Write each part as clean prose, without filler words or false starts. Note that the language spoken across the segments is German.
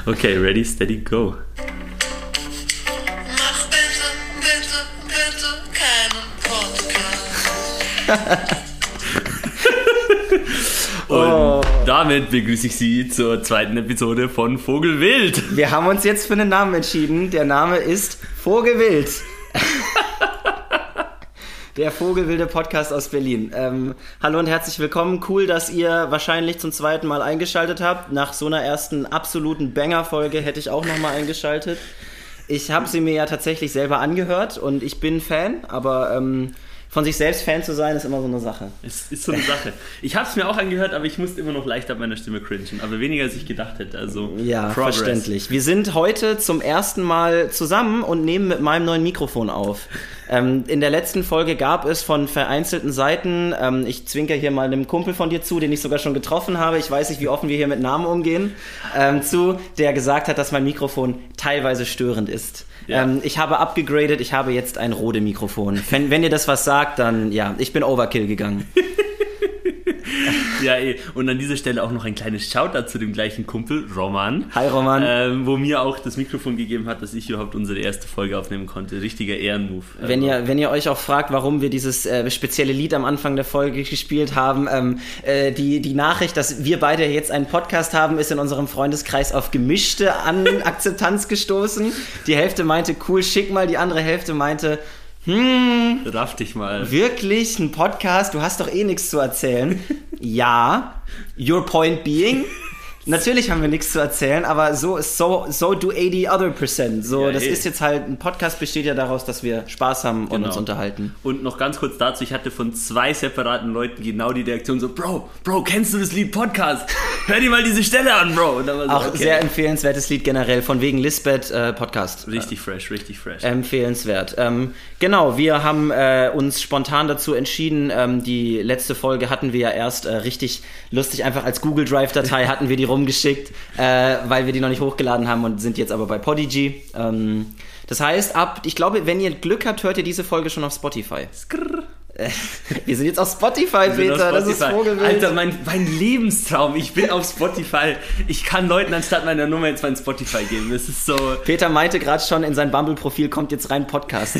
Okay, ready, steady, go. Mach bitte keinen Podcast. Und damit begrüße ich Sie zur zweiten Episode von Vogelwild. Wir haben uns jetzt für einen Namen entschieden. Der Name ist Vogelwild. Der Vogelwilde Podcast aus Berlin. Hallo und herzlich willkommen. Cool, dass ihr wahrscheinlich zum zweiten Mal eingeschaltet habt. Nach so einer ersten absoluten Banger-Folge hätte ich auch nochmal eingeschaltet. Ich habe sie mir ja tatsächlich selber angehört und ich bin Fan, aber von sich selbst Fan zu sein, ist immer so eine Sache. Es ist so eine Sache. Ich habe es mir auch angehört, aber ich musste immer noch leicht ab meiner Stimme cringen. Aber weniger, als ich gedacht hätte. Also ja, Progress. Verständlich. Wir sind heute zum ersten Mal zusammen und nehmen mit meinem neuen Mikrofon auf. In der letzten Folge gab es von vereinzelten Seiten, ich zwinker hier mal einem Kumpel von dir zu, den ich sogar schon getroffen habe, ich weiß nicht, wie offen wir hier mit Namen umgehen, der gesagt hat, dass mein Mikrofon teilweise störend ist. Ja. Ich habe abgegradet, ich habe jetzt ein Rode-Mikrofon. Wenn ihr das was sagt, dann ja, ich bin Overkill gegangen. Ja, und an dieser Stelle auch noch ein kleines Shoutout zu dem gleichen Kumpel, Roman. Hi Roman. Wo mir auch das Mikrofon gegeben hat, dass ich überhaupt unsere erste Folge aufnehmen konnte. Richtiger Ehrenmove. Wenn ihr euch auch fragt, warum wir dieses spezielle Lied am Anfang der Folge gespielt haben, die Nachricht, dass wir beide jetzt einen Podcast haben, ist in unserem Freundeskreis auf gemischte Akzeptanz gestoßen. Die Hälfte meinte, cool, schick mal, die andere Hälfte meinte, raff dich mal. Wirklich? Ein Podcast? Du hast doch eh nichts zu erzählen. Ja, your point being. Natürlich haben wir nichts zu erzählen, aber so do 80 other percent. So, ja, das ist jetzt halt, ein Podcast besteht ja daraus, dass wir Spaß haben und uns unterhalten. Und noch ganz kurz dazu, ich hatte von 2 separaten Leuten genau die Reaktion so, Bro, kennst du das Lied Podcast? Hör dir mal diese Stelle an, Bro. Und dann war so, auch okay. Sehr empfehlenswertes Lied generell, von wegen Lisbeth Podcast. Richtig fresh. Empfehlenswert. Genau, wir haben uns spontan dazu entschieden, die letzte Folge hatten wir ja erst richtig lustig, einfach als Google Drive-Datei hatten wir die rumgeschickt, weil wir die noch nicht hochgeladen haben und sind jetzt aber bei Podigy. Das heißt, ich glaube, wenn ihr Glück habt, hört ihr diese Folge schon auf Spotify. Wir sind jetzt auf Spotify, Peter, das ist Vogelwild. Alter, mein Lebenstraum, ich bin auf Spotify. Ich kann Leuten anstatt meiner Nummer jetzt mein Spotify geben. Das ist so... Peter meinte gerade schon, in sein Bumble-Profil kommt jetzt rein Podcast.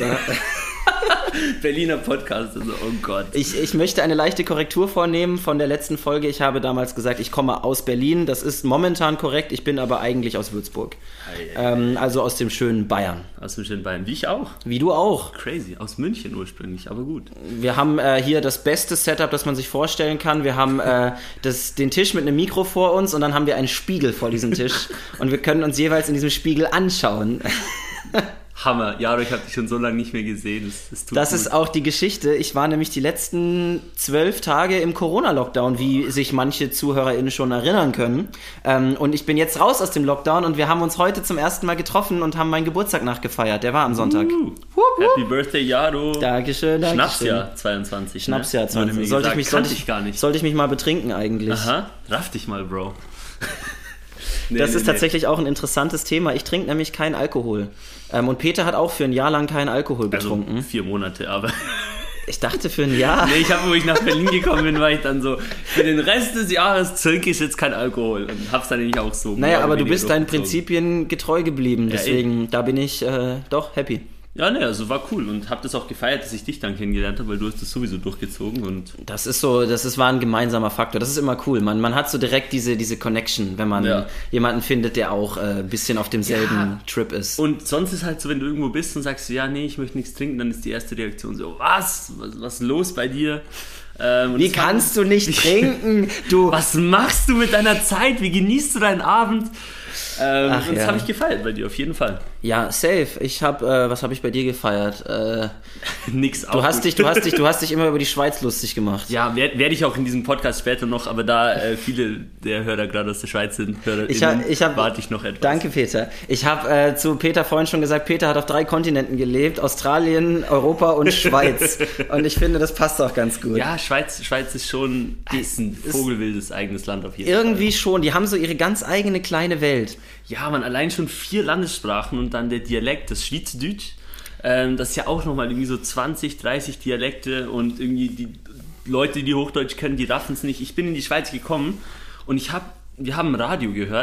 Berliner Podcast, also oh Gott. Ich möchte eine leichte Korrektur vornehmen von der letzten Folge. Ich habe damals gesagt, ich komme aus Berlin. Das ist momentan korrekt. Ich bin aber eigentlich aus Würzburg. Also aus dem schönen Bayern. Aus dem schönen Bayern. Wie ich auch. Wie du auch. Crazy. Aus München ursprünglich, aber gut. Wir haben hier das beste Setup, das man sich vorstellen kann. Wir haben den Tisch mit einem Mikro vor uns und dann haben wir einen Spiegel vor diesem Tisch. Und wir können uns jeweils in diesem Spiegel anschauen. Hammer. Jaro, ich habe dich schon so lange nicht mehr gesehen. Das ist auch die Geschichte. Ich war nämlich die letzten 12 Tage im Corona-Lockdown, wie sich manche ZuhörerInnen schon erinnern können. Und ich bin jetzt raus aus dem Lockdown und wir haben uns heute zum ersten Mal getroffen und haben meinen Geburtstag nachgefeiert. Der war am Sonntag. Happy Birthday, Jaro. Dankeschön. Schnapsjahr 22. Schnapsjahr 22. Sollte ich mich mal betrinken eigentlich. Aha, raff dich mal, Bro. Das ist tatsächlich auch ein interessantes Thema. Ich trinke nämlich keinen Alkohol. Und Peter hat auch für ein Jahr lang keinen Alkohol getrunken. Also 4 Monate, aber... Ich dachte für ein Jahr. Nee, wo ich nach Berlin gekommen bin, war ich dann so, für den Rest des Jahres trinke ich jetzt keinen Alkohol. Und hab's dann eigentlich auch so... Naja, aber du bist deinen Prinzipien getreu geblieben. Deswegen, da bin ich doch happy. Ja, ne, also war cool und hab das auch gefeiert, dass ich dich dann kennengelernt habe, weil du hast das sowieso durchgezogen und... war ein gemeinsamer Faktor, das ist immer cool, man hat so direkt diese Connection, wenn man jemanden findet, der auch ein bisschen auf demselben Trip ist. Und sonst ist halt so, wenn du irgendwo bist und sagst, ja, nee, ich möchte nichts trinken, dann ist die erste Reaktion so, was ist los bei dir? Wie kannst du nicht trinken? Du... Was machst du mit deiner Zeit? Wie genießt du deinen Abend? Und das habe ich gefeiert bei dir, auf jeden Fall. Ja, safe. Was habe ich bei dir gefeiert? Nix. Du hast dich immer über die Schweiz lustig gemacht. Ja, werde ich auch in diesem Podcast später noch, aber da viele der Hörer gerade aus der Schweiz sind, warte ich noch etwas. Danke, Peter. Ich habe zu Peter vorhin schon gesagt, Peter hat auf 3 Kontinenten gelebt, Australien, Europa und Schweiz. Und ich finde, das passt auch ganz gut. Ja, Schweiz ist schon ein vogelwildes eigenes Land auf jeden Fall. Irgendwie schon, die haben so ihre ganz eigene kleine Welt. Ja, man, allein schon 4 Landessprachen und dann der Dialekt, das Schweizerdeutsch, das ist ja auch nochmal irgendwie so 20, 30 Dialekte und irgendwie die Leute, die Hochdeutsch können, die raffen es nicht. Ich bin in die Schweiz gekommen und wir haben Radio gehört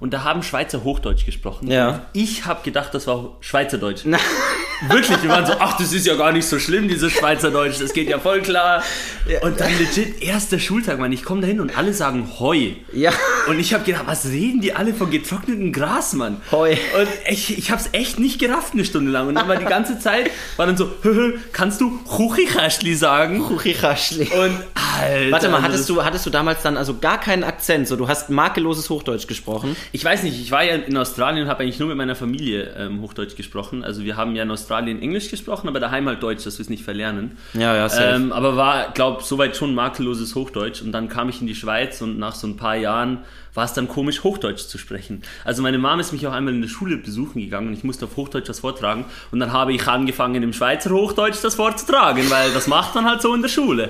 und da haben Schweizer Hochdeutsch gesprochen. Ja. Ich habe gedacht, das war Schweizerdeutsch. Wirklich, wir waren so, ach, das ist ja gar nicht so schlimm, dieses Schweizerdeutsch, das geht ja voll klar. Ja. Und dann legit, erster Schultag, Mann, ich komme da hin und alle sagen Heu. Ja. Und ich habe gedacht, was reden die alle von getrocknetem Gras, Mann? Heu. Und ich habe es echt nicht gerafft eine Stunde lang. Und dann war die ganze Zeit, war dann so, kannst du Chuchichaschli sagen? Chuchichaschli. Und, Alter. Warte mal, also hattest du damals dann also gar keinen Akzent? So, du hast makelloses Hochdeutsch gesprochen? ich weiß nicht, ich war ja in Australien und habe eigentlich nur mit meiner Familie Hochdeutsch gesprochen. Also wir haben ja in Australien Englisch gesprochen, aber daheim halt Deutsch, dass wir es nicht verlernen. Ja, safe. Aber war, glaube soweit schon makelloses Hochdeutsch. Und dann kam ich in die Schweiz und nach so ein paar Jahren war es dann komisch, Hochdeutsch zu sprechen. Also meine Mom ist mich auch einmal in der Schule besuchen gegangen und ich musste auf Hochdeutsch was vortragen. Und dann habe ich angefangen, im Schweizer Hochdeutsch das vorzutragen, weil das macht man halt so in der Schule.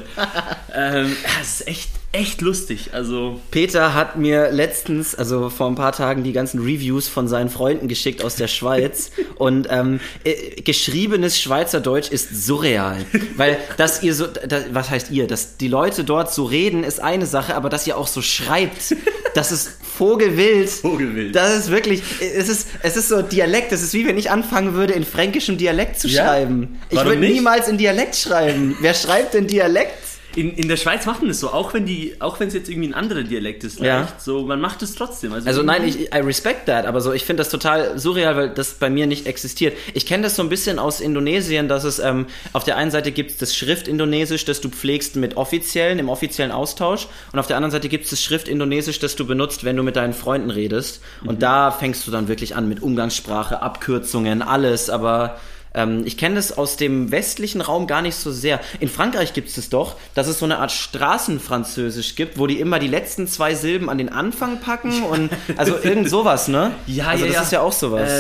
Es ist echt lustig. Also Peter hat mir letztens, also vor ein paar Tagen, die ganzen Reviews von seinen Freunden geschickt aus der Schweiz und geschriebenes Schweizerdeutsch ist surreal, weil dass ihr so, was heißt ihr, dass die Leute dort so reden ist eine Sache, aber dass ihr auch so schreibt, das ist Vogelwild. Vogelwild. Das ist wirklich, es ist so Dialekt, das ist wie wenn ich anfangen würde in fränkischem Dialekt zu schreiben. Ich Warum würde nicht? niemals in Dialekt schreiben. Wer schreibt denn Dialekt? in der Schweiz macht man das so, auch wenn es jetzt irgendwie ein anderer Dialekt ist, Ja. leicht, so, man macht es trotzdem. Also nein, I respect that, aber so, ich finde das total surreal, weil das bei mir nicht existiert. Ich kenne das so ein bisschen aus Indonesien, dass es auf der einen Seite gibt es das Schriftindonesisch, das du pflegst im offiziellen Austausch, und auf der anderen Seite gibt es das Schriftindonesisch, das du benutzt, wenn du mit deinen Freunden redest. Und da fängst du dann wirklich an mit Umgangssprache, Abkürzungen, alles, aber ich kenne das aus dem westlichen Raum gar nicht so sehr. In Frankreich gibt es das doch, dass es so eine Art Straßenfranzösisch gibt, wo die immer die letzten 2 Silben an den Anfang packen und also irgend sowas, ne? Ja, also das ist ja auch sowas.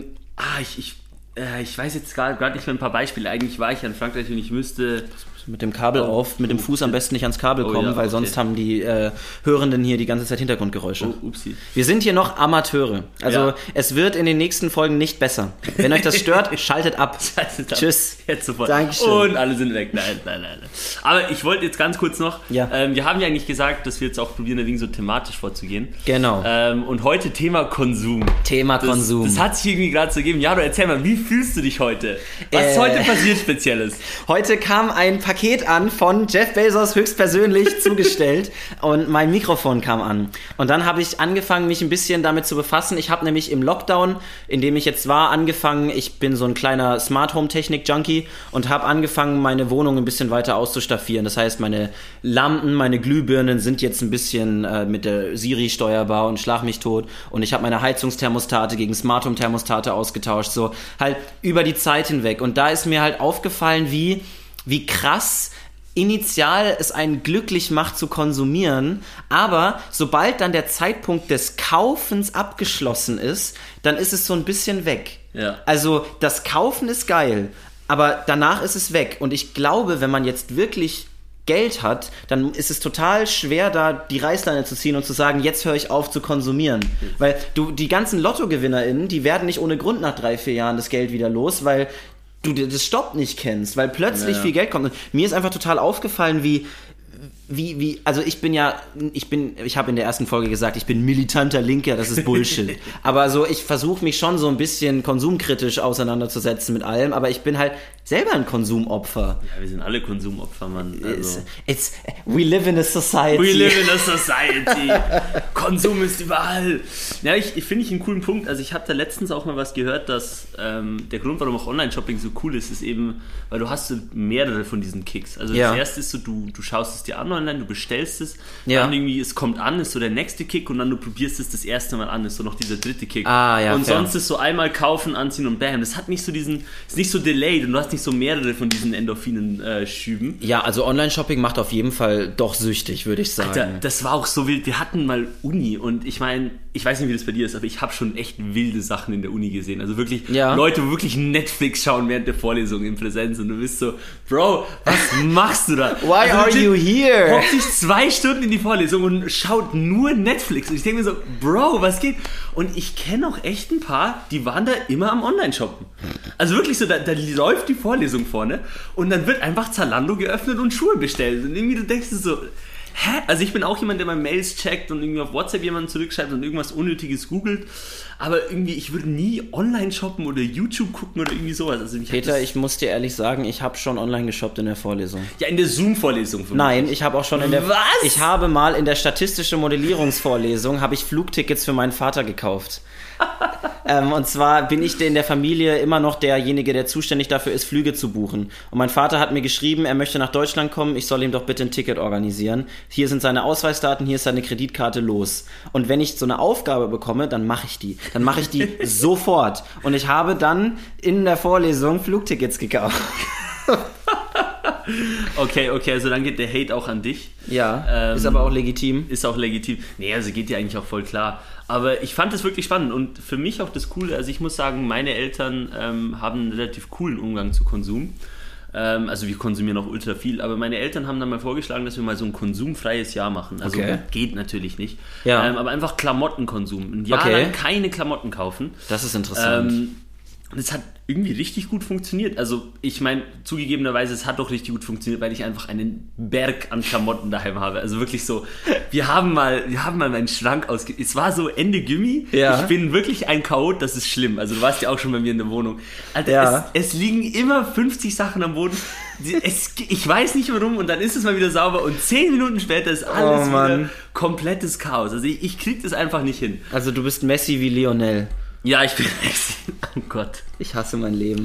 Ich weiß jetzt gerade nicht mehr ein paar Beispiele. Eigentlich war ich ja in Frankreich und ich müsste... Mit dem Kabel mit dem Fuß am besten nicht ans Kabel kommen, ja, weil okay. sonst haben die Hörenden hier die ganze Zeit Hintergrundgeräusche. Oh, upsi. Wir sind hier noch Amateure. Also Ja. es wird in den nächsten Folgen nicht besser. Wenn euch das stört, schaltet ab. Tschüss. Jetzt sofort. Dankeschön. Und alle sind weg. Nein. Aber ich wollte jetzt ganz kurz noch, Ja. Wir haben ja eigentlich gesagt, dass wir jetzt auch probieren, ein wenig so thematisch vorzugehen. Genau. Und heute Thema Konsum. Thema Konsum. Das hat sich irgendwie gerade so gegeben. Ja, du erzähl mal, wie fühlst du dich heute? Was ist heute passiert Spezielles? Heute kam ein Paket an von Jeff Bezos höchstpersönlich zugestellt und mein Mikrofon kam an. Und dann habe ich angefangen, mich ein bisschen damit zu befassen. Ich habe nämlich im Lockdown, in dem ich jetzt war, ich bin so ein kleiner Smart Home Technik Junkie und habe angefangen, meine Wohnung ein bisschen weiter auszustaffieren. Das heißt, meine Lampen, meine Glühbirnen sind jetzt ein bisschen mit der Siri steuerbar und schlag mich tot. Und ich habe meine Heizungsthermostate gegen Smart Home Thermostate ausgetauscht. So halt über die Zeit hinweg. Und da ist mir halt aufgefallen, wie krass initial es einen glücklich macht zu konsumieren, aber sobald dann der Zeitpunkt des Kaufens abgeschlossen ist, dann ist es so ein bisschen weg. Ja. Also das Kaufen ist geil, aber danach ist es weg. Und ich glaube, wenn man jetzt wirklich Geld hat, dann ist es total schwer, da die Reißleine zu ziehen und zu sagen, jetzt höre ich auf zu konsumieren. Weil die ganzen LottogewinnerInnen, die werden nicht ohne Grund nach 3-4 Jahren das Geld wieder los, weil du das Stopp nicht kennst, weil plötzlich viel Geld kommt. Und mir ist einfach total aufgefallen, also ich habe in der ersten Folge gesagt, ich bin militanter Linker, das ist Bullshit. Aber so, ich versuche mich schon so ein bisschen konsumkritisch auseinanderzusetzen mit allem, aber ich bin halt selber ein Konsumopfer. Ja, wir sind alle Konsumopfer, Mann. Also. We live in a society. We live in a society. Konsum ist überall. Ja, ich finde einen coolen Punkt. Also ich habe da letztens auch mal was gehört, dass der Grund, warum auch Online-Shopping so cool ist eben, weil du hast so mehrere von diesen Kicks. Also das erste ist so, du schaust es dir an online, du bestellst es, dann irgendwie, es kommt an, ist so der nächste Kick und dann du probierst es das erste Mal an, ist so noch dieser dritte Kick. Und sonst ist so einmal kaufen, anziehen und bam. Das hat nicht so ist nicht so delayed und du hast nicht so mehrere von diesen Endorphinen-Schüben. Ja, also Online-Shopping macht auf jeden Fall doch süchtig, würde ich sagen. Alter, das war auch so wild. Wir hatten mal Uni und ich meine, ich weiß nicht, wie das bei dir ist, aber ich habe schon echt wilde Sachen in der Uni gesehen. Also wirklich Leute, wo wirklich Netflix schauen während der Vorlesung in Präsenz und du bist so, Bro, was machst du da? Why are you here? Hockt sich 2 Stunden in die Vorlesung und schaut nur Netflix. Und ich denke mir so, Bro, was geht? Und ich kenne auch echt ein paar, die waren da immer am Online-Shoppen. Also wirklich so, da läuft die Vorlesung vorne und dann wird einfach Zalando geöffnet und Schuhe bestellt. Und irgendwie du denkst so, Also ich bin auch jemand, der mal Mails checkt und irgendwie auf WhatsApp jemanden zurückschreibt und irgendwas Unnötiges googelt. Aber irgendwie, ich würde nie online shoppen oder YouTube gucken oder irgendwie sowas. Also Peter, ich muss dir ehrlich sagen, ich habe schon online geshoppt in der Vorlesung. Ja, in der Zoom-Vorlesung. Nein, ich habe auch schon in der... Was? Ich habe mal in der statistische Modellierungsvorlesung, habe ich Flugtickets für meinen Vater gekauft. Und zwar bin ich in der Familie immer noch derjenige, der zuständig dafür ist, Flüge zu buchen. Und mein Vater hat mir geschrieben, er möchte nach Deutschland kommen, ich soll ihm doch bitte ein Ticket organisieren. Hier sind seine Ausweisdaten, hier ist seine Kreditkarte, los. Und wenn ich so eine Aufgabe bekomme, dann mache ich die. Dann mache ich die sofort. Und ich habe dann in der Vorlesung Flugtickets gekauft. Okay, also dann geht der Hate auch an dich. Ja, ist aber auch legitim. Ist auch legitim. Nee, also geht dir eigentlich auch voll klar. Aber ich fand es wirklich spannend und für mich auch das Coole, also ich muss sagen, meine Eltern haben einen relativ coolen Umgang zu Konsum. Also wir konsumieren auch ultra viel, aber meine Eltern haben dann mal vorgeschlagen, dass wir mal so ein konsumfreies Jahr machen. Also geht natürlich nicht. Ja. Aber einfach Klamottenkonsum. Ein Jahr lang keine Klamotten kaufen. Das ist interessant. Das hat irgendwie richtig gut funktioniert. Also ich meine, zugegebenerweise, es hat doch richtig gut funktioniert, weil ich einfach einen Berg an Klamotten daheim habe. Also wirklich so, wir haben mal meinen Schrank es war so Ende Gummi. Ja. Ich bin wirklich ein Chaot, das ist schlimm. Also du warst ja auch schon bei mir in der Wohnung. Alter, es liegen immer 50 Sachen am Boden. Ich weiß nicht warum und dann ist es mal wieder sauber und 10 Minuten später ist alles wieder komplettes Chaos. Also ich krieg das einfach nicht hin. Also du bist Messi wie Lionel. Ja, ich bin Messi. Oh Gott. Ich hasse mein Leben.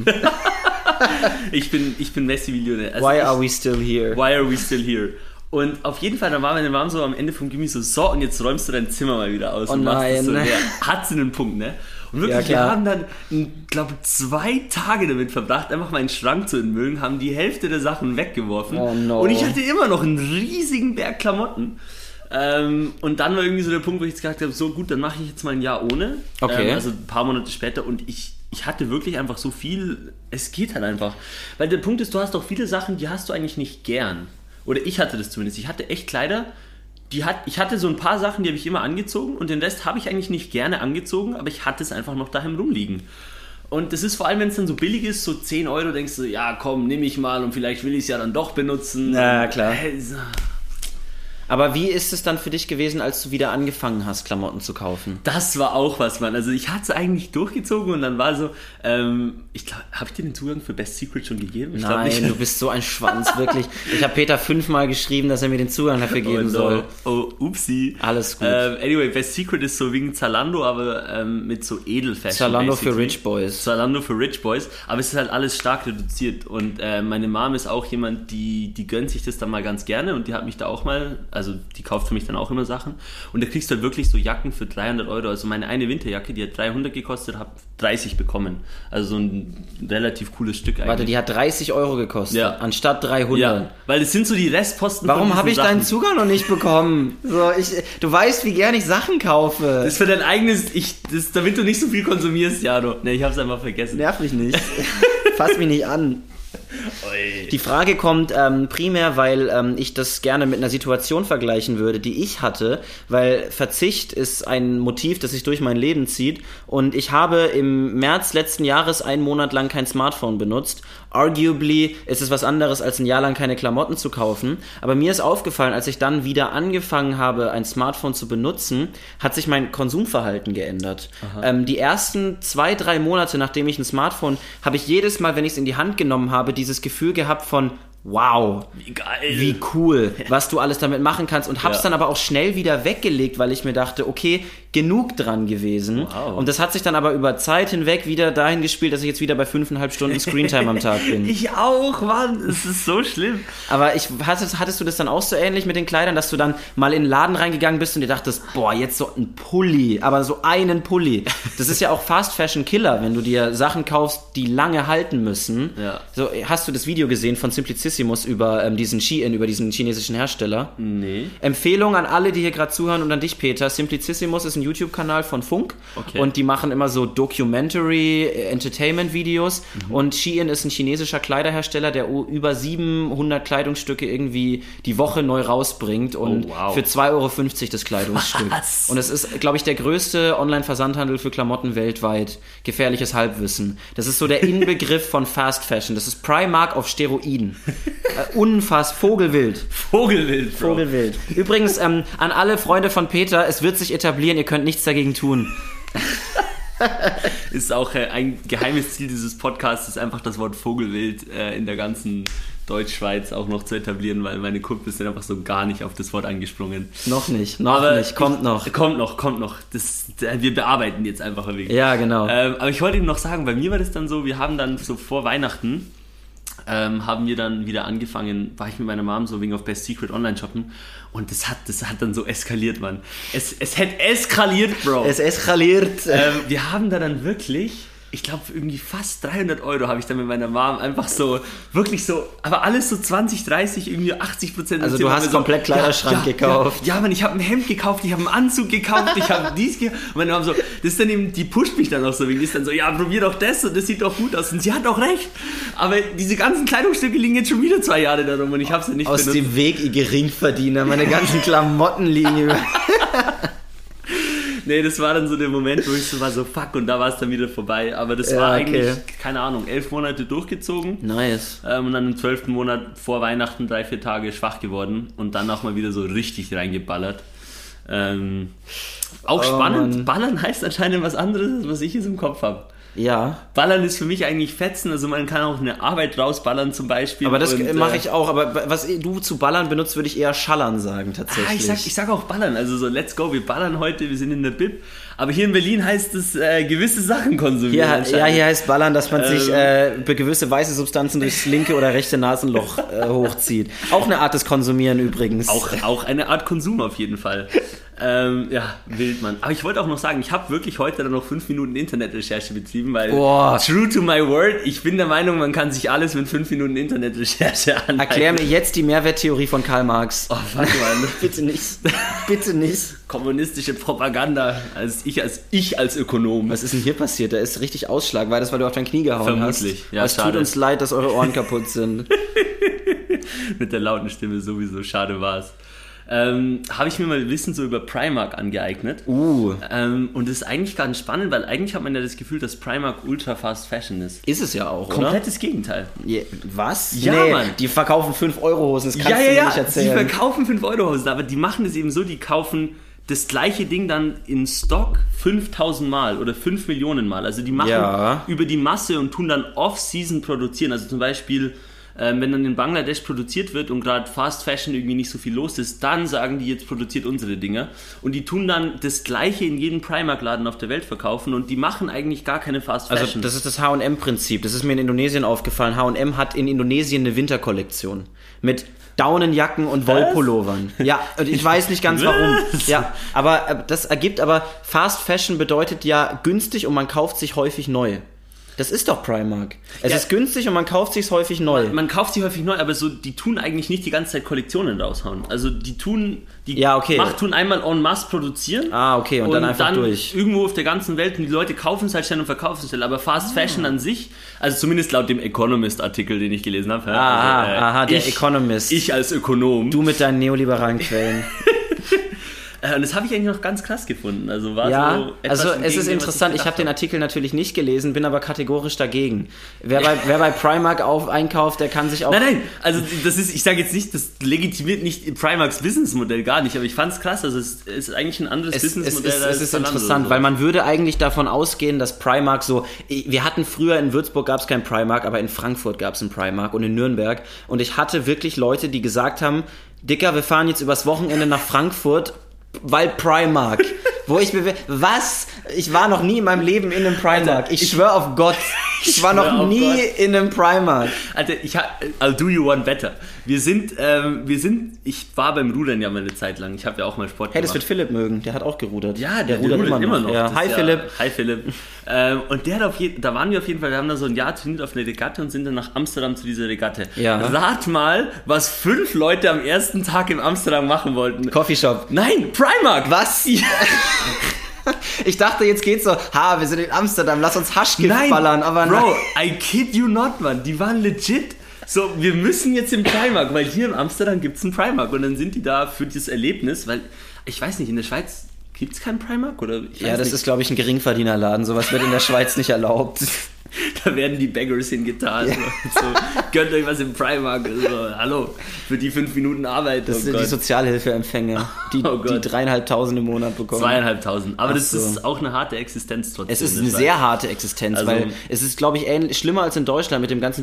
ich bin Messi wie Lionel. Also Why are we still here? Why are we still here? Und auf jeden Fall, dann waren wir so am Ende vom Gimmi so, und jetzt räumst du dein Zimmer mal wieder aus. Oh und machst nein. das so. Hat sie einen Punkt, ne? Und wirklich, wir haben dann, glaube 2 Tage damit verbracht, einfach meinen Schrank zu entmüllen, haben die Hälfte der Sachen weggeworfen. Oh no. Und ich hatte immer noch einen riesigen Berg Klamotten. Und dann war irgendwie so der Punkt, wo ich jetzt gesagt habe, so gut, dann mache ich jetzt mal ein Jahr ohne. Okay. Also ein paar Monate später und ich hatte wirklich einfach so viel, es geht halt einfach. Weil der Punkt ist, du hast doch viele Sachen, die hast du eigentlich nicht gern. Oder ich hatte das zumindest. Ich hatte echt Kleider, ich hatte so ein paar Sachen, die habe ich immer angezogen und den Rest habe ich eigentlich nicht gerne angezogen, aber ich hatte es einfach noch daheim rumliegen. Und das ist vor allem, wenn es dann so billig ist, so 10 Euro, denkst du, ja komm, nimm ich mal und vielleicht will ich es ja dann doch benutzen. Ja, klar. Aber wie ist es dann für dich gewesen, als du wieder angefangen hast, Klamotten zu kaufen? Das war auch was, Mann. Also ich hatte es eigentlich durchgezogen und dann war so, ich glaube, habe ich dir den Zugang für Best Secret schon gegeben? Ich Nein, du bist so ein Schwanz, wirklich. Ich habe Peter 5-mal geschrieben, dass er mir den Zugang dafür geben soll. Oh, upsie. Alles gut. Anyway, Best Secret ist so wegen Zalando, aber mit so Edelfashion. Zalando basically. für Rich Boys. Zalando für Rich Boys, aber es ist halt alles stark reduziert und meine Mom ist auch jemand, die gönnt sich das dann mal ganz gerne und die hat mich da auch mal, also die kauft für mich dann auch immer Sachen und da kriegst du halt wirklich so Jacken für 300 Euro, also meine eine Winterjacke, die hat 300 gekostet, habe 30 bekommen, also so ein relativ cooles Stück eigentlich. Warte, die hat 30 Euro gekostet, anstatt 300. Ja, weil das sind so die Restposten. Warum habe ich deinen Zugang noch nicht bekommen? So, du weißt, wie gern ich Sachen kaufe. Das ist für dein eigenes, damit du nicht so viel konsumierst, Jano. Ne, ich hab's einfach vergessen. Nerv mich nicht. Fass mich nicht an. Die Frage kommt primär, weil ich das gerne mit einer Situation vergleichen würde, die ich hatte, weil Verzicht ist ein Motiv, das sich durch mein Leben zieht und ich habe im März letzten Jahres 1 Monat lang kein Smartphone benutzt. Arguably ist es was anderes, als ein Jahr lang keine Klamotten zu kaufen, aber mir ist aufgefallen, als ich dann wieder angefangen habe, ein Smartphone zu benutzen, hat sich mein Konsumverhalten geändert. Die ersten 2-3 Monate, nachdem ich ein Smartphone, habe ich jedes Mal, wenn ich es in die Hand genommen habe, dieses Gefühl gehabt von wow, wie geil, wie cool, was du alles damit machen kannst und hab's dann aber auch schnell wieder weggelegt, weil ich mir dachte, okay, genug dran gewesen. Wow. Und das hat sich dann aber über Zeit hinweg wieder dahin gespielt, dass ich jetzt wieder bei 5,5 Stunden Screentime am Tag bin. Ich auch, Mann, es ist so schlimm. Aber hattest du das dann auch so ähnlich mit den Kleidern, dass du dann mal in den Laden reingegangen bist und dir dachtest, boah, jetzt so ein Pulli, aber so einen Pulli. Das ist ja auch Fast Fashion Killer, wenn du dir Sachen kaufst, die lange halten müssen. Ja. So, hast du das Video gesehen von Simplicissimus über diesen Shein, über diesen chinesischen Hersteller? Nee. Empfehlung an alle, die hier gerade zuhören und an dich, Peter. Simplicissimus ist ein YouTube-Kanal von Funk und die machen immer so Documentary-Entertainment-Videos und Shein ist ein chinesischer Kleiderhersteller, der über 700 Kleidungsstücke irgendwie die Woche neu rausbringt und für 2,50 Euro das Kleidungsstück. Was? Und es ist, glaube ich, der größte Online-Versandhandel für Klamotten weltweit. Gefährliches Halbwissen. Das ist so der Inbegriff von Fast Fashion. Das ist Primark auf Steroiden. Vogelwild. Vogelwild, Bro. Vogelwild. Übrigens, an alle Freunde von Peter, es wird sich etablieren, ihr könnt nichts dagegen tun. Ist auch ein geheimes Ziel dieses Podcasts, ist einfach das Wort Vogelwild in der ganzen Deutschschweiz auch noch zu etablieren, weil meine Kumpels sind einfach so gar nicht auf das Wort angesprungen. Noch nicht, kommt noch. Kommt noch. Wir bearbeiten jetzt einfach ein wenig. Ja, genau. Aber ich wollte ihm noch sagen, bei mir war das dann so, wir haben dann so vor Weihnachten, haben wir dann wieder angefangen, war ich mit meiner Mom so wegen auf Best Secret online shoppen und das hat dann so eskaliert, Mann. Es hat eskaliert, Bro. Es eskaliert. Wir haben da dann wirklich, ich glaube irgendwie fast 300 € habe ich dann mit meiner Mom einfach so, wirklich so, aber alles so 20, 30, irgendwie 80%. Also du hast komplett Kleiderschrank gekauft. Ja, Mann, ich habe ein Hemd gekauft, ich habe einen Anzug gekauft, ich habe dies gekauft. Und meine Mom so, das ist dann eben, die pusht mich dann auch so, wegen die ist dann so, ja, probier doch das und das sieht doch gut aus. Und sie hat auch recht. Aber diese ganzen Kleidungsstücke liegen jetzt schon wieder 2 Jahre darum und ich habe sie nicht benutzt. Aus dem Weg, ihr Geringverdiener, meine ganzen Klamotten liegen über... Nee, das war dann so der Moment, wo ich so war, so fuck, und da war es dann wieder vorbei. Aber das war eigentlich, keine Ahnung, 11 Monate durchgezogen. Nice. Und dann im 12. Monat vor Weihnachten 3-4 Tage schwach geworden und dann auch mal wieder so richtig reingeballert. Auch spannend, Mann. Ballern heißt anscheinend was anderes, als was ich jetzt im Kopf habe. Ja. Ballern ist für mich eigentlich Fetzen, also man kann auch eine Arbeit rausballern zum Beispiel. Aber das mache ich auch, aber was du zu ballern benutzt, würde ich eher schallern sagen, tatsächlich. Ich sag auch ballern, also so let's go, wir ballern heute, wir sind in der Bib. Aber hier in Berlin heißt es gewisse Sachen konsumieren. Hier heißt ballern, dass man sich gewisse weiße Substanzen durchs linke oder rechte Nasenloch hochzieht. Auch eine Art des Konsumieren übrigens. Auch eine Art Konsum auf jeden Fall. Ja, wild, Mann. Aber ich wollte auch noch sagen, ich habe wirklich heute dann noch 5 Minuten Internetrecherche betrieben, weil true to my word, ich bin der Meinung, man kann sich alles mit 5 Minuten Internetrecherche aneignen. Erklär mir jetzt die Mehrwerttheorie von Karl Marx. Oh, fuck, Mann. Bitte nicht. Bitte nicht. Kommunistische Propaganda, als ich als Ökonom. Was ist denn hier passiert? Da ist richtig Ausschlag. War das, weil du auf dein Knie gehauen hast? Vermutlich, ja, es tut uns leid, dass eure Ohren kaputt sind. Mit der lauten Stimme sowieso, schade war's. Habe ich mir mal Wissen so über Primark angeeignet. Und das ist eigentlich ganz spannend, weil eigentlich hat man ja das Gefühl, dass Primark ultra fast Fashion ist. Ist es ja auch, komplettes oder? Gegenteil. Yeah. Was? Ja, nee, Mann. Die verkaufen 5-Euro-Hosen, das kannst du mir nicht erzählen. Die verkaufen 5-Euro-Hosen, aber die machen es eben so, die kaufen das gleiche Ding dann in Stock 5000 Mal oder 5 Millionen Mal. Also die machen über die Masse und tun dann Off-Season produzieren. Also zum Beispiel... wenn dann in Bangladesch produziert wird und gerade Fast Fashion irgendwie nicht so viel los ist, dann sagen die, jetzt produziert unsere Dinger. Und die tun dann das Gleiche in jedem Primark-Laden auf der Welt verkaufen und die machen eigentlich gar keine Fast Fashion. Also das ist das H&M-Prinzip. Das ist mir in Indonesien aufgefallen. H&M hat in Indonesien eine Winterkollektion mit Daunenjacken und Wollpullovern. Ja, und ich weiß nicht ganz warum. Ja, aber das ergibt aber, Fast Fashion bedeutet ja günstig und man kauft sich häufig neu. Das ist doch Primark. Es ist günstig und man kauft sich's häufig neu. Man kauft sie häufig neu, aber so, die tun eigentlich nicht die ganze Zeit Kollektionen raushauen. Also die tun einmal en masse produzieren. Okay, und dann einfach durch. Irgendwo auf der ganzen Welt und die Leute kaufen es halt schnell und verkaufen es schnell. Aber Fast Fashion an sich, also zumindest laut dem Economist-Artikel, den ich gelesen habe. Der Economist. Ich als Ökonom. Du mit deinen neoliberalen Quellen. Und das habe ich eigentlich noch ganz krass gefunden. Also war so etwas also es ist interessant. Ich habe den Artikel natürlich nicht gelesen, bin aber kategorisch dagegen. Wer bei Primark einkauft, der kann sich auch... Nein, also das ist, ich sage jetzt nicht, das legitimiert nicht Primarks Businessmodell, gar nicht, aber ich fand es krass. Also es ist eigentlich ein anderes Businessmodell. Es ist interessant, so. Weil man würde eigentlich davon ausgehen, dass Primark so... Wir hatten früher in Würzburg gab es kein Primark, aber in Frankfurt gab es ein Primark und in Nürnberg. Und ich hatte wirklich Leute, die gesagt haben, Dicker, wir fahren jetzt übers Wochenende nach Frankfurt, weil Primark. Wo ich mir... Was? Ich war noch nie in meinem Leben in einem Primark. Alter, ich schwöre auf Gott. Ich war noch nie in einem Primark. Alter, I'll do you one better. Ich war beim Rudern ja mal eine Zeit lang. Ich habe ja auch mal Sport gemacht. Hättest mit Philipp mögen, der hat auch gerudert. Ja, der rudert immer noch. Ja. Hi Philipp. Hi Philipp. Und der hat da waren wir auf jeden Fall, wir haben da so ein Jahr trainiert auf eine Regatte und sind dann nach Amsterdam zu dieser Regatte. Ja. Rat mal, was 5 Leute am ersten Tag in Amsterdam machen wollten. Coffeeshop. Nein, Primark. Was? Ja. Ich dachte, jetzt geht's so, wir sind in Amsterdam, lass uns Haschgift ballern, aber Bro, I kid you not, man. Die waren legit so, wir müssen jetzt im Primark, weil hier in Amsterdam gibt's einen Primark und dann sind die da für dieses Erlebnis, weil, ich weiß nicht, in der Schweiz gibt's keinen Primark oder? Das ist, glaube ich, ein Geringverdienerladen, sowas wird in der Schweiz nicht erlaubt. Da werden die Beggars hingetan. So, gönnt euch was im Primark. So, hallo, für die 5 Minuten Arbeit. Das sind die Sozialhilfeempfänger, die 3.500 im Monat bekommen. 2.500. Aber das ist auch eine harte Existenz trotzdem. Es ist eine sehr harte Existenz, Also, weil es ist, glaube ich, schlimmer als in Deutschland mit dem ganzen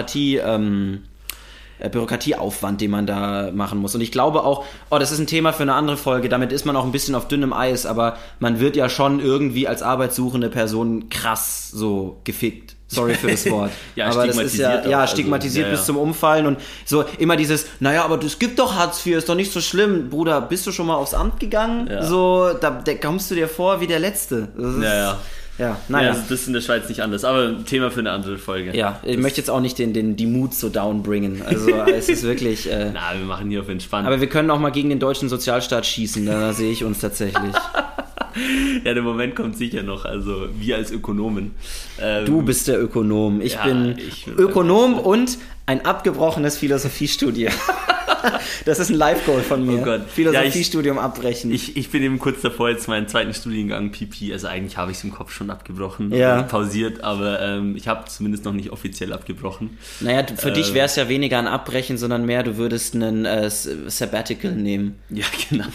Bürokratieaufwand, den man da machen muss. Und ich glaube auch, das ist ein Thema für eine andere Folge, damit ist man auch ein bisschen auf dünnem Eis, aber man wird ja schon irgendwie als arbeitssuchende Person krass so gefickt. Sorry für das Wort. Ja, aber das ist stigmatisiert bis zum Umfallen und so immer dieses, naja, aber es gibt doch Hartz IV, ist doch nicht so schlimm. Bruder, bist du schon mal aufs Amt gegangen? Ja. So, da kommst du dir vor wie der Letzte. Das ist, Ja, naja. Ja, das ist in der Schweiz nicht anders, aber ein Thema für eine andere Folge. Ja, ich möchte jetzt auch nicht die Mut so down bringen. Also es ist wirklich... Na, wir machen hier auf entspannt. Aber wir können auch mal gegen den deutschen Sozialstaat schießen, da sehe ich uns tatsächlich. Ja, der Moment kommt sicher noch, also wir als Ökonomen. Du bist der Ökonom. Ich bin Ökonom und ein abgebrochenes Philosophiestudium. Das ist ein Live-Goal von mir. Oh Gott. Philosophiestudium abbrechen. Ich bin eben kurz davor, jetzt meinen zweiten Studiengang PP, also eigentlich habe ich es im Kopf schon abgebrochen, pausiert, aber ich habe zumindest noch nicht offiziell abgebrochen. Naja, für dich wäre es ja weniger ein Abbrechen, sondern mehr, du würdest einen Sabbatical nehmen. Ja, genau.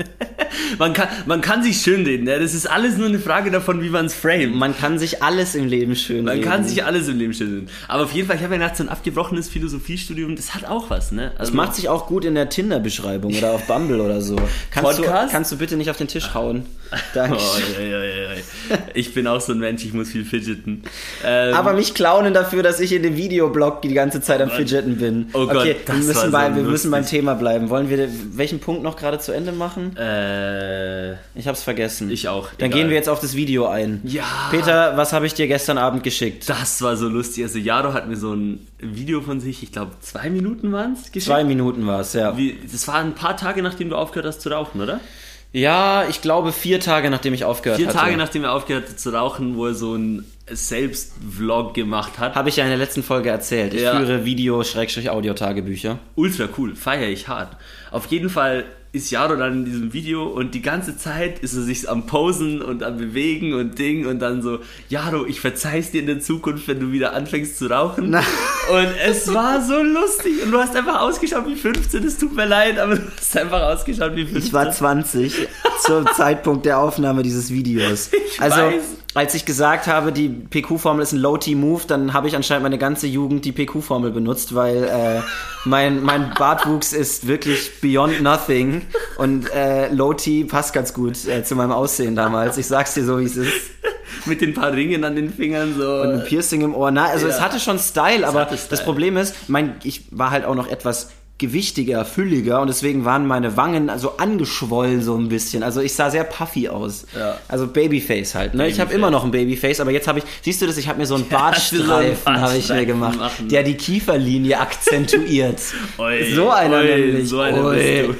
Man kann sich schön reden, ne? Das ist alles nur eine Frage davon, wie man es framet. Man kann sich alles im Leben schön reden. Man kann sich alles im Leben schön reden. Aber auf jeden Fall, ich habe ja gedacht, so ein abgebrochenes Philosophiestudium, das hat auch was, ne? Also, das macht sich auch gut in der Tinder-Beschreibung oder auf Bumble oder so. Kannst du bitte nicht auf den Tisch hauen? Danke. Ich bin auch so ein Mensch, ich muss viel fidgeten. Aber mich clownen dafür, dass ich in dem Videoblog die ganze Zeit am Fidgeten bin. Oh Gott, okay, das wir müssen beim Thema bleiben. Wollen wir welchen Punkt noch gerade zu Ende machen? Ich hab's vergessen. Ich auch. Dann gehen wir jetzt auf das Video ein. Ja. Peter, was habe ich dir gestern Abend geschickt? Das war so lustig. Also Jaro hat mir so ein Video von sich, ich glaube 2 Minuten waren es, geschickt. 2 Minuten war es, ja. Das war ein paar Tage, nachdem du aufgehört hast zu rauchen, oder? Ja, ich glaube 4 Tage, nachdem ich aufgehört hatte. 4 Tage, nachdem er aufgehört hat zu rauchen, wo er so ein Selbstvlog gemacht hat. Habe ich ja in der letzten Folge erzählt. Ich führe Video-Audio-Tagebücher. Ultra cool, feiere ich hart. Auf jeden Fall ist Jaro dann in diesem Video und die ganze Zeit ist er sich am Posen und am Bewegen und Ding und dann so, Jaro, ich verzeih's dir in der Zukunft, wenn du wieder anfängst zu rauchen. Na. Und es war so lustig und du hast einfach ausgeschaut wie 15, es tut mir leid, aber du hast einfach ausgeschaut wie 15. Ich war 20 zum Zeitpunkt der Aufnahme dieses Videos. Ich weiß. Als ich gesagt habe, die PQ-Formel ist ein Low-T-Move, dann habe ich anscheinend meine ganze Jugend die PQ-Formel benutzt, weil mein Bartwuchs ist wirklich beyond nothing und Low-T passt ganz gut zu meinem Aussehen damals. Ich sag's dir so, wie es ist. Mit den paar Ringen an den Fingern so. Und ein Piercing im Ohr. Es hatte schon Style, aber das Problem ist, ich war halt auch noch etwas gewichtiger, fülliger und deswegen waren meine Wangen also angeschwollen so ein bisschen. Also ich sah sehr puffy aus. Ja. Also Babyface halt. Ne? Ich habe immer noch ein Babyface, aber jetzt siehst du das, ich habe mir so einen Bartstreifen habe ich mir gemacht, der die Kieferlinie akzentuiert. Oi, so einer nämlich. So einer bist du.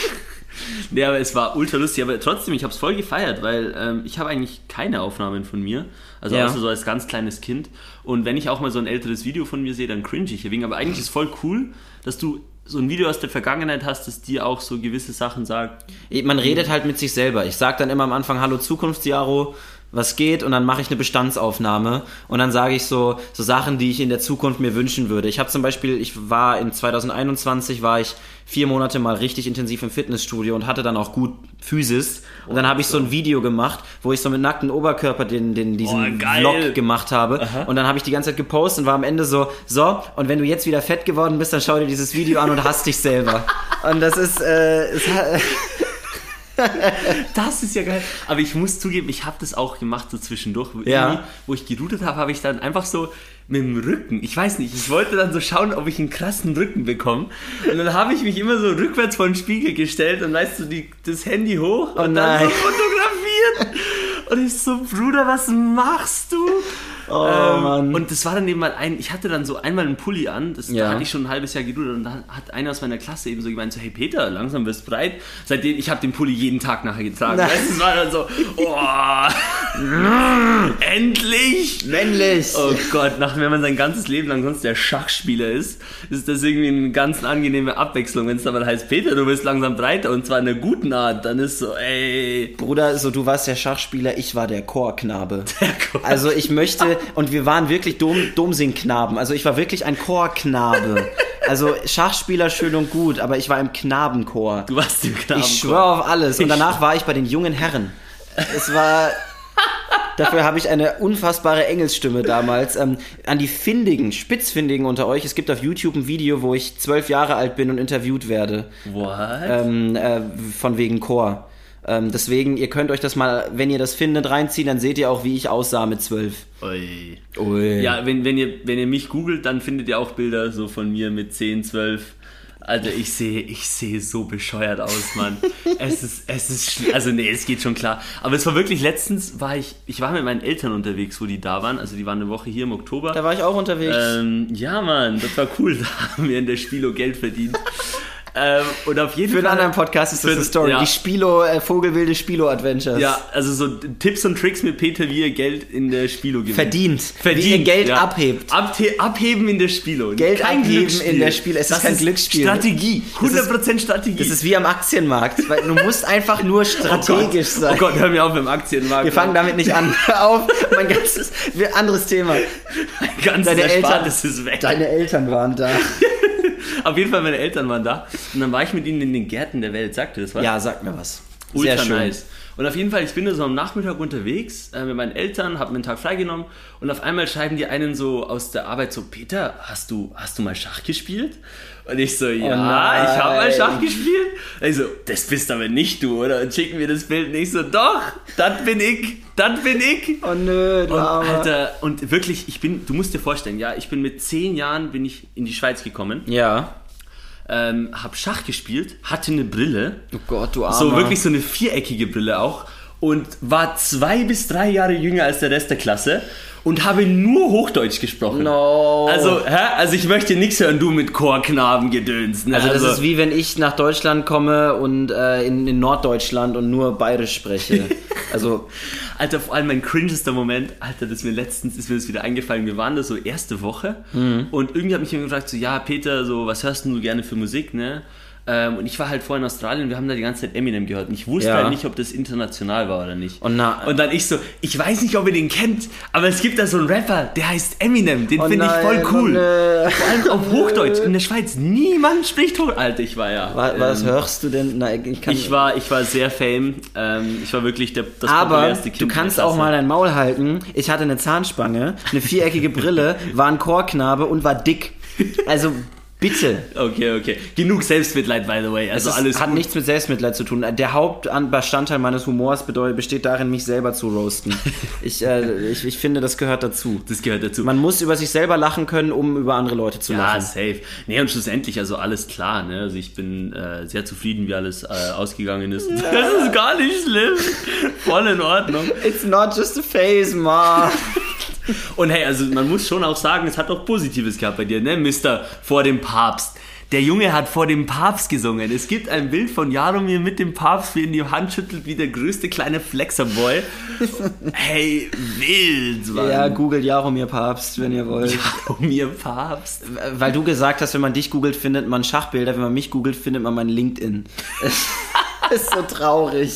Nee, aber es war ultra lustig, aber trotzdem, ich habe es voll gefeiert, weil ich habe eigentlich keine Aufnahmen von mir, also außer so als ganz kleines Kind und wenn ich auch mal so ein älteres Video von mir sehe, dann cringe ich deswegen, aber eigentlich ist es voll cool, dass du so ein Video aus der Vergangenheit hast, das dir auch so gewisse Sachen sagt. Man redet halt mit sich selber. Ich sag dann immer am Anfang, hallo Zukunftsjaro, was geht? Und dann mache ich eine Bestandsaufnahme und dann sage ich so Sachen, die ich in der Zukunft mir wünschen würde. Ich habe zum Beispiel, in 2021 war ich 4 Monate mal richtig intensiv im Fitnessstudio und hatte dann auch gut Physis. Und dann habe ich so ein Video gemacht, wo ich so mit nacktem Oberkörper diesen Vlog gemacht habe. Aha. Und dann habe ich die ganze Zeit gepostet und war am Ende so, und wenn du jetzt wieder fett geworden bist, dann schau dir dieses Video an und hasst dich selber. Und das ist... Das ist ja geil. Aber ich muss zugeben, ich habe das auch gemacht so zwischendurch. Wo ich gerudert habe, habe ich dann einfach so mit dem Rücken, ich weiß nicht, ich wollte dann so schauen, ob ich einen krassen Rücken bekomme. Und dann habe ich mich immer so rückwärts vor den Spiegel gestellt und weißt du, das Handy hoch und dann so fotografiert. Und ich so, Bruder, was machst du? Mann. Und das war dann eben mal ich hatte dann so einmal einen Pulli an, da hatte ich schon ein halbes Jahr gerudert und da hat einer aus meiner Klasse eben so gemeint, so, hey Peter, langsam wirst du breit. Seitdem, ich habe den Pulli jeden Tag nachher getragen. Weißt, es war dann so, endlich! Männlich! Oh Gott, wenn man sein ganzes Leben lang sonst der Schachspieler ist das irgendwie eine ganz angenehme Abwechslung. Wenn es aber heißt, Peter, du wirst langsam breiter und zwar in einer guten Art, dann ist so, ey. Bruder, du warst der Schachspieler, ich war der Chorknabe. Also ich möchte und wir waren wirklich Domsing-Knaben. Also ich war wirklich ein Chorknabe. Also Schachspieler schön und gut, aber ich war im Knabenchor. Du warst im Knabenchor. Ich schwöre auf alles. Und danach war ich bei den jungen Herren. Es war... Dafür habe ich eine unfassbare Engelsstimme damals. An die Spitzfindigen unter euch. Es gibt auf YouTube ein Video, wo ich 12 Jahre alt bin und interviewt werde. What? Von wegen Chor. Deswegen, ihr könnt euch das mal, wenn ihr das findet, reinziehen, dann seht ihr auch, wie ich aussah mit 12. Ui. Ja, wenn ihr mich googelt, dann findet ihr auch Bilder so von mir mit 10, 12. Alter, ich sehe so bescheuert aus, Mann. Es geht schon klar. Aber es war wirklich, letztens ich war mit meinen Eltern unterwegs, wo die da waren. Also die waren eine Woche hier im Oktober. Da war ich auch unterwegs. Ja, Mann, das war cool. Da haben wir in der Spilo Geld verdient. Und auf jeden Für Fall, einen anderen Podcast ist das eine Story. Ja. Die Vogelwilde Spilo-Adventures. Ja, also so Tipps und Tricks mit Peter, wie ihr Geld in der Spilo gewinnt. Verdient. Wie ihr Geld abhebt. Abheben in der Spilo. Geld Kein abheben Glücksspiel. in der Spilo. Es ist kein Glücksspiel. Strategie. 100% Strategie. Das ist wie am Aktienmarkt. Weil du musst einfach nur strategisch sein. Oh Gott, hör mir auf mit dem Aktienmarkt. Wir fangen damit nicht an. Hör auf. Anderes Thema. Mein ganzes Erspartes ist weg. Deine Eltern waren da. Auf jeden Fall, meine Eltern waren da. Und dann war ich mit ihnen in den Gärten der Welt. Sagt ihr das was? Ja, sag mir was. Ultra Sehr schön. Nice. Und auf jeden Fall, ich bin da so am Nachmittag unterwegs mit meinen Eltern, hab mir einen Tag freigenommen und auf einmal schreiben die einen so aus der Arbeit so, Peter, hast du mal Schach gespielt? Und ich so, ja, ich habe mal Schach gespielt. Und ich so, das bist aber nicht du, oder? Und schicken mir das Bild und ich so, doch, das bin ich. Oh nö, du Armer. Alter, und wirklich, du musst dir vorstellen, ja, ich bin mit 10 Jahren bin ich in die Schweiz gekommen. Ja. Hab Schach gespielt, hatte eine Brille. Oh Gott, du Armer. So wirklich so eine viereckige Brille auch. Und war 2 bis 3 Jahre jünger als der Rest der Klasse. Und habe nur Hochdeutsch gesprochen. No. Also ich möchte nichts hören, du mit Chorknaben gedönst. Ne? Also das ist wie wenn ich nach Deutschland komme und in Norddeutschland und nur Bayerisch spreche. Also Alter, vor allem mein cringester Moment, Alter, letztens ist mir das wieder eingefallen, wir waren da so erste Woche und irgendwie hat mich jemand gefragt, so, ja Peter, so, was hörst du gerne für Musik, ne? Und ich war halt vorher in Australien und wir haben da die ganze Zeit Eminem gehört und ich wusste halt nicht, ob das international war oder nicht. Und dann ich so, ich weiß nicht, ob ihr den kennt, aber es gibt da so einen Rapper, der heißt Eminem, den finde ich voll cool. Vor allem auf Hochdeutsch, in der Schweiz, niemand spricht Hochdeutsch. Alter, ich war ja... Was hörst du denn? Nein, ich war sehr fame, ich war wirklich das populärste Kind. Du kannst auch mal dein Maul halten. Ich hatte eine Zahnspange, eine viereckige Brille, war ein Chorknabe und war dick. Also... Bitte. Okay. Genug Selbstmitleid, by the way. Also alles hat nichts mit Selbstmitleid zu tun. Der Hauptbestandteil meines Humors besteht darin, mich selber zu roasten. Ich finde, das gehört dazu. Man muss über sich selber lachen können, um über andere Leute zu lachen. Ja, safe. Nee, und schlussendlich, also alles klar. Ne? Also ich bin sehr zufrieden, wie alles ausgegangen ist. Das ist gar nicht schlimm. Voll in Ordnung. It's not just a phase, Ma. Und hey, also man muss schon auch sagen, es hat auch Positives gehabt bei dir, ne, Mister vor dem Papst. Der Junge hat vor dem Papst gesungen. Es gibt ein Bild von Jaromir mit dem Papst, wie er in die Hand schüttelt, wie der größte kleine Flexerboy. Hey, wild, Mann. Ja, googelt Jaromir Papst, wenn ihr wollt. Jaromir Papst. Weil du gesagt hast, wenn man dich googelt, findet man Schachbilder. Wenn man mich googelt, findet man mein LinkedIn. Ist so traurig.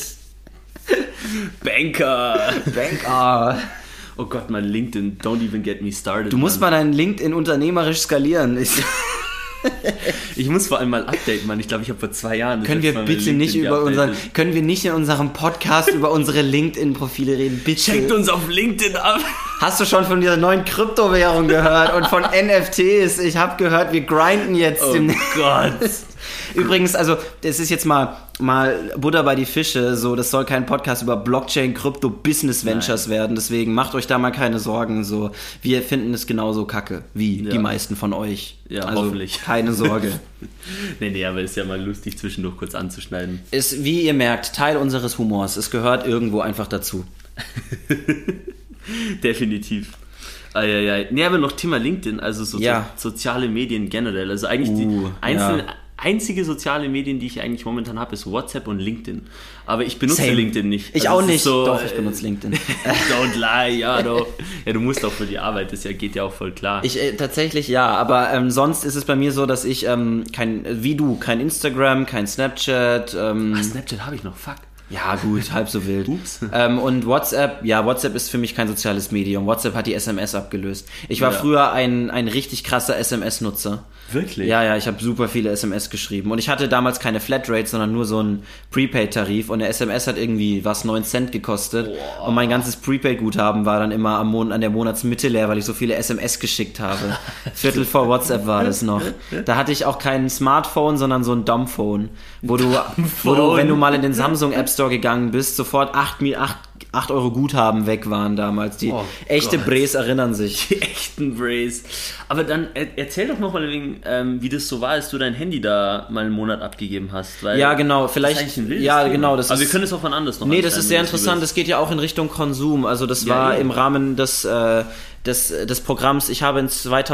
Banker. Oh Gott, mein LinkedIn, don't even get me started. Du musst mal dein LinkedIn unternehmerisch skalieren. Ich muss vor allem mal updaten, Mann. Ich glaube, ich habe vor 2 Jahren... Können wir nicht in unserem Podcast über unsere LinkedIn-Profile reden? Bitte. Checkt uns auf LinkedIn ab. Hast du schon von dieser neuen Kryptowährung gehört und von NFTs? Ich habe gehört, wir grinden jetzt. Oh Gott. Übrigens, also das ist jetzt mal Butter bei die Fische, so, das soll kein Podcast über Blockchain, Krypto, Business Ventures werden, deswegen macht euch da mal keine Sorgen, so, wir finden es genauso kacke, wie die meisten von euch. Ja, also, hoffentlich. Keine Sorge. Nee, aber ist ja mal lustig, zwischendurch kurz anzuschneiden. Ist, wie ihr merkt, Teil unseres Humors, es gehört irgendwo einfach dazu. Definitiv. Nee, aber noch Thema LinkedIn, also soziale Medien generell, also eigentlich die einzige soziale Medien, die ich eigentlich momentan habe, ist WhatsApp und LinkedIn. Aber ich benutze LinkedIn nicht. Ich also auch nicht. So, doch, ich benutze LinkedIn. Don't lie, doch. Ja, du musst auch für die Arbeit, das geht ja auch voll klar. Tatsächlich ja, aber sonst ist es bei mir so, dass ich kein Instagram, kein Snapchat. Snapchat habe ich noch, fuck. Ja, gut, halb so wild. Ups. Und WhatsApp ist für mich kein soziales Medium. WhatsApp hat die SMS abgelöst. Ich war Ja. früher ein richtig krasser SMS-Nutzer. Wirklich? Ja, ich habe super viele SMS geschrieben. Und ich hatte damals keine Flatrate, sondern nur so einen Prepaid-Tarif. Und eine SMS hat irgendwie 9 Cent gekostet. Boah. Und mein ganzes Prepaid-Guthaben war dann immer an der Monatsmitte leer, weil ich so viele SMS geschickt habe. Viertel vor WhatsApp war das noch. Da hatte ich auch kein Smartphone, sondern so ein Dumbphone. Wo du, wenn du mal in den Samsung App Store gegangen bist, sofort 8 Euro Guthaben weg waren damals. Die Oh echte Gott. Brees erinnern sich. Die echten Brace. Aber dann erzähl doch nochmal, wie das so war, als du dein Handy da mal einen Monat abgegeben hast. Weil Ja, genau, vielleicht. Das ist eigentlich ein wildes Ja, Thema. genau. Das Aber wir ist, können es auch wann anders noch Nee, das anschneiden, ist sehr wenn du interessant. willst. Das geht ja auch in Richtung Konsum. Also das Ja, war eben. im Rahmen des Programms. Ich habe in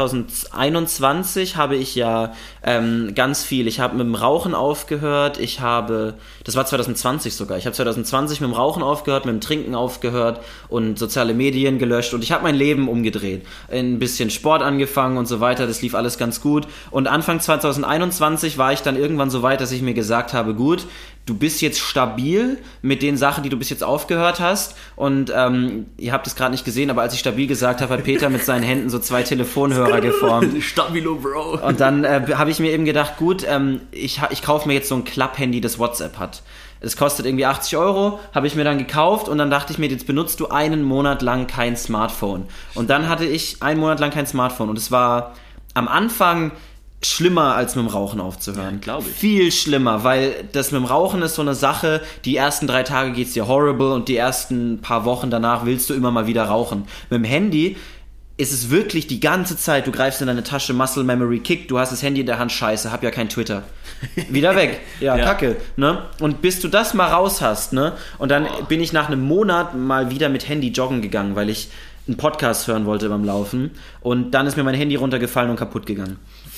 2021 habe ich ja ganz viel. Ich habe mit dem Rauchen aufgehört. Das war 2020 sogar. Ich habe 2020 mit dem Rauchen aufgehört, mit dem Trinken aufgehört und soziale Medien gelöscht. Und ich habe mein Leben umgedreht. Ein bisschen Sport angefangen und so weiter. Das lief alles ganz gut. Und Anfang 2021 war ich dann irgendwann so weit, dass ich mir gesagt habe, gut, du bist jetzt stabil mit den Sachen, die du bis jetzt aufgehört hast. Und ihr habt es gerade nicht gesehen, aber als ich stabil gesagt habe, hat Peter mit seinen Händen so 2 Telefonhörer geformt. Stabilo, Bro. Und dann habe ich mir eben gedacht, gut, ich kaufe mir jetzt so ein Klapp-Handy, das WhatsApp hat. Es kostet irgendwie 80 Euro, habe ich mir dann gekauft und dann dachte ich mir, jetzt benutzt du einen Monat lang kein Smartphone. Und dann hatte ich einen Monat lang kein Smartphone und es war am Anfang schlimmer, als mit dem Rauchen aufzuhören. Ja, glaub ich. Viel schlimmer, weil das mit dem Rauchen ist so eine Sache, die ersten 3 Tage geht's dir horrible und die ersten paar Wochen danach willst du immer mal wieder rauchen. Mit dem Handy ist es wirklich die ganze Zeit, du greifst in deine Tasche, Muscle Memory Kick, du hast das Handy in der Hand, scheiße, hab ja kein Twitter. Wieder weg. Ja, Ja. Kacke. Ne? Und bis du das mal raus hast, ne? Und dann bin ich nach einem Monat mal wieder mit Handy joggen gegangen, weil ich einen Podcast hören wollte beim Laufen. Und dann ist mir mein Handy runtergefallen und kaputt gegangen.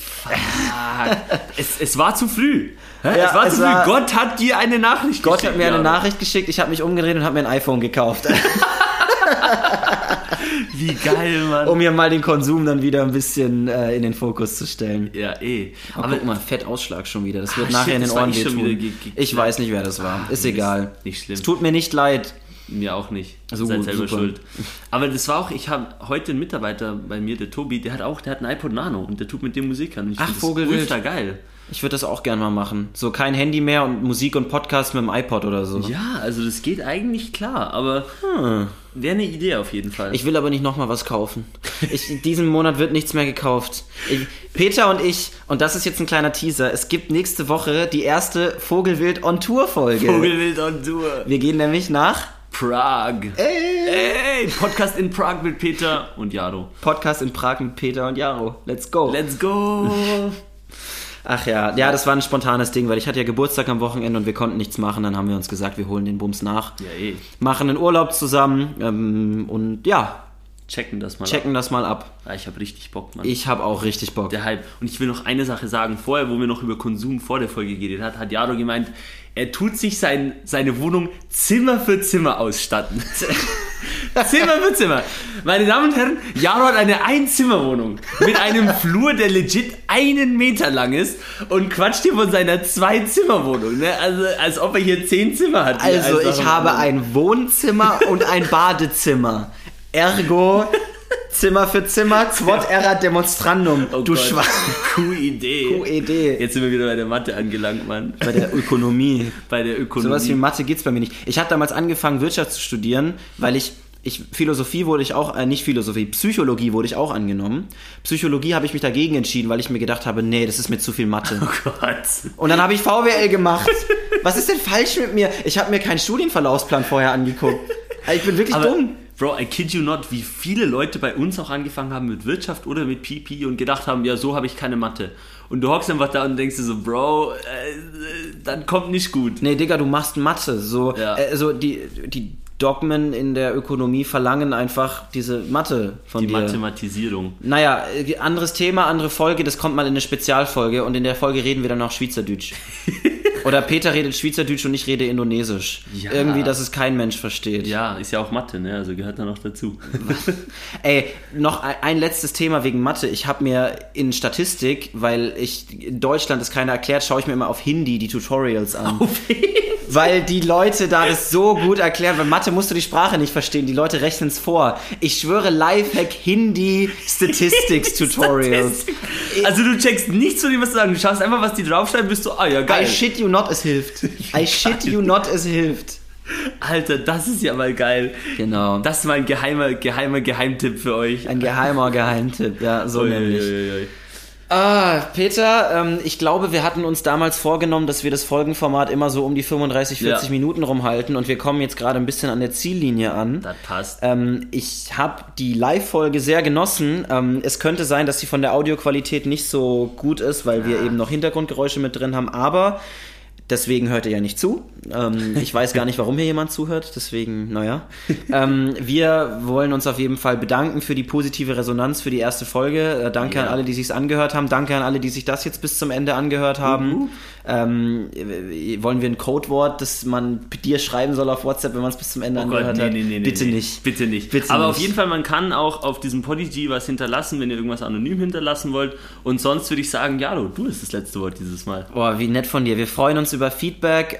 Es war zu früh. Ja, es war es zu früh. war- Gott hat dir eine Nachricht Gott geschickt. hat mir eine ja. Nachricht geschickt, ich habe mich umgedreht und habe mir ein iPhone gekauft. Wie geil, Mann. Um mir mal den Konsum dann wieder ein bisschen in den Fokus zu stellen. Ja, Aber guck mal, Fettausschlag schon wieder. Das wird Ah, nachher shit, in den das war Ohren ich schon wehtun. wieder Ich weiß nicht, wer das war. Ist egal. Nicht schlimm. Es tut mir nicht leid. Mir auch nicht. So Seid gut, selber super. schuld. Aber das war auch, ich habe heute einen Mitarbeiter bei mir, der Tobi, der hat ein iPod Nano und der tut mit dem Musik an. Und ich Ach, find das Vogelwild. ultra geil. Ich würde das auch gerne mal machen. So kein Handy mehr und Musik und Podcast mit dem iPod oder so. Ja, also das geht eigentlich klar, aber wäre eine Idee auf jeden Fall. Ich will aber nicht nochmal was kaufen. Diesen Monat wird nichts mehr gekauft. Peter und ich, und das ist jetzt ein kleiner Teaser, es gibt nächste Woche die erste Vogelwild on Tour Folge. Vogelwild on Tour. Wir gehen nämlich nach Prag. Ey, Podcast in Prag mit Peter und Jaro. Podcast in Prag mit Peter und Jaro. Let's go. Let's go. Ach ja, das war ein spontanes Ding, weil ich hatte ja Geburtstag am Wochenende und wir konnten nichts machen. Dann haben wir uns gesagt, wir holen den Bums nach. Ja, Machen einen Urlaub zusammen und ja, checken das mal checken das mal ab. ab. Ja, ich habe richtig Bock, Mann. Ich habe auch richtig Bock. Der Hype. Und ich will noch eine Sache sagen. Vorher, wo wir noch über Konsum vor der Folge geredet hat Jaro gemeint, er tut sich seine Wohnung Zimmer für Zimmer ausstatten. Zimmer für Zimmer. Meine Damen und Herren, Jaro hat eine Einzimmerwohnung mit einem Flur, der legit 1 Meter lang ist und quatscht hier von seiner 2-Zimmer-Wohnung. Ne? Also, als ob er hier 10 Zimmer hat. Also Einfach ich habe wohnen. ein Wohnzimmer und ein Badezimmer. Ergo Zimmer für Zimmer, quod erat demonstrandum. Oh du Gott. Schwein. QID. QED. Jetzt sind wir wieder bei der Mathe angelangt, Mann. Bei der Ökonomie. Bei der Ökonomie. Sowas wie Mathe gibt's bei mir nicht. Ich habe damals angefangen, Wirtschaft zu studieren, weil Psychologie wurde ich auch auch angenommen. Psychologie habe ich mich dagegen entschieden, weil ich mir gedacht habe, nee, das ist mir zu viel Mathe. Oh Gott. Und dann habe ich VWL gemacht. Was ist denn falsch mit mir? Ich habe mir keinen Studienverlaufsplan vorher angeguckt. Ich bin wirklich dumm. Bro, I kid you not, wie viele Leute bei uns auch angefangen haben mit Wirtschaft oder mit PP und gedacht haben, ja, so habe ich keine Mathe. Und du hockst einfach da und denkst dir so, Bro, dann kommt nicht gut. Nee, Digga, du machst Mathe. So, Ja. also die Dogmen in der Ökonomie verlangen einfach diese Mathe von Die dir. Mathematisierung. Naja, anderes Thema, andere Folge, das kommt mal in eine Spezialfolge und in der Folge reden wir dann auch Schweizerdeutsch. Oder Peter redet Schweizerdeutsch und ich rede Indonesisch. Ja. Irgendwie, dass es kein Mensch versteht. Ja, ist ja auch Mathe, ne? Also gehört da noch dazu. Ey, noch ein letztes Thema wegen Mathe. Ich habe mir in Statistik, weil in Deutschland das keiner erklärt, schaue ich mir immer auf Hindi die Tutorials an. Auf Hindi? weil die Leute da das so gut erklären. Bei Mathe musst du die Sprache nicht verstehen, die Leute rechnen es vor. Ich schwöre, Lifehack Hindi Statistics Tutorials. Also du checkst nichts von dem, was sie sagen. Du schaust einfach, was die draufschreiben, bist du, ja geil. I shit you not, es hilft. I shit you not, es hilft. Alter, das ist ja mal geil. Genau. Das ist mal ein geheimer Geheimtipp für euch. Ein geheimer Geheimtipp, ja, so nämlich. Ui. Peter, ich glaube, wir hatten uns damals vorgenommen, dass wir das Folgenformat immer so um die 35, 40 Minuten rumhalten und wir kommen jetzt gerade ein bisschen an der Ziellinie an. Das passt. Ich habe die Live-Folge sehr genossen. Es könnte sein, dass sie von der Audioqualität nicht so gut ist, weil wir eben noch Hintergrundgeräusche mit drin haben, aber deswegen hört ihr ja nicht zu. Ich weiß gar nicht, warum hier jemand zuhört, deswegen, naja. Wir wollen uns auf jeden Fall bedanken für die positive Resonanz für die erste Folge. Danke an alle, die sich's angehört haben. Danke an alle, die sich das jetzt bis zum Ende angehört haben. Wollen wir ein Codewort, das man dir schreiben soll auf WhatsApp, wenn man es bis zum Ende angehört hat? Nee, Bitte nicht. Bitte nicht. Aber auf jeden Fall, man kann auch auf diesem Podigy was hinterlassen, wenn ihr irgendwas anonym hinterlassen wollt. Und sonst würde ich sagen, ja, du hast das letzte Wort dieses Mal. Boah, wie nett von dir. Wir freuen uns über Feedback.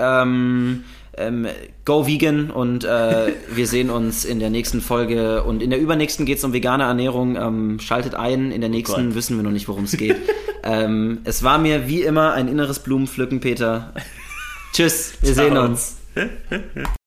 Go vegan und wir sehen uns in der nächsten Folge und in der übernächsten geht es um vegane Ernährung. Schaltet ein, in der nächsten wissen wir noch nicht, worum es geht. Es war mir wie immer ein inneres Blumenpflücken, Peter. Tschüss, wir sehen uns.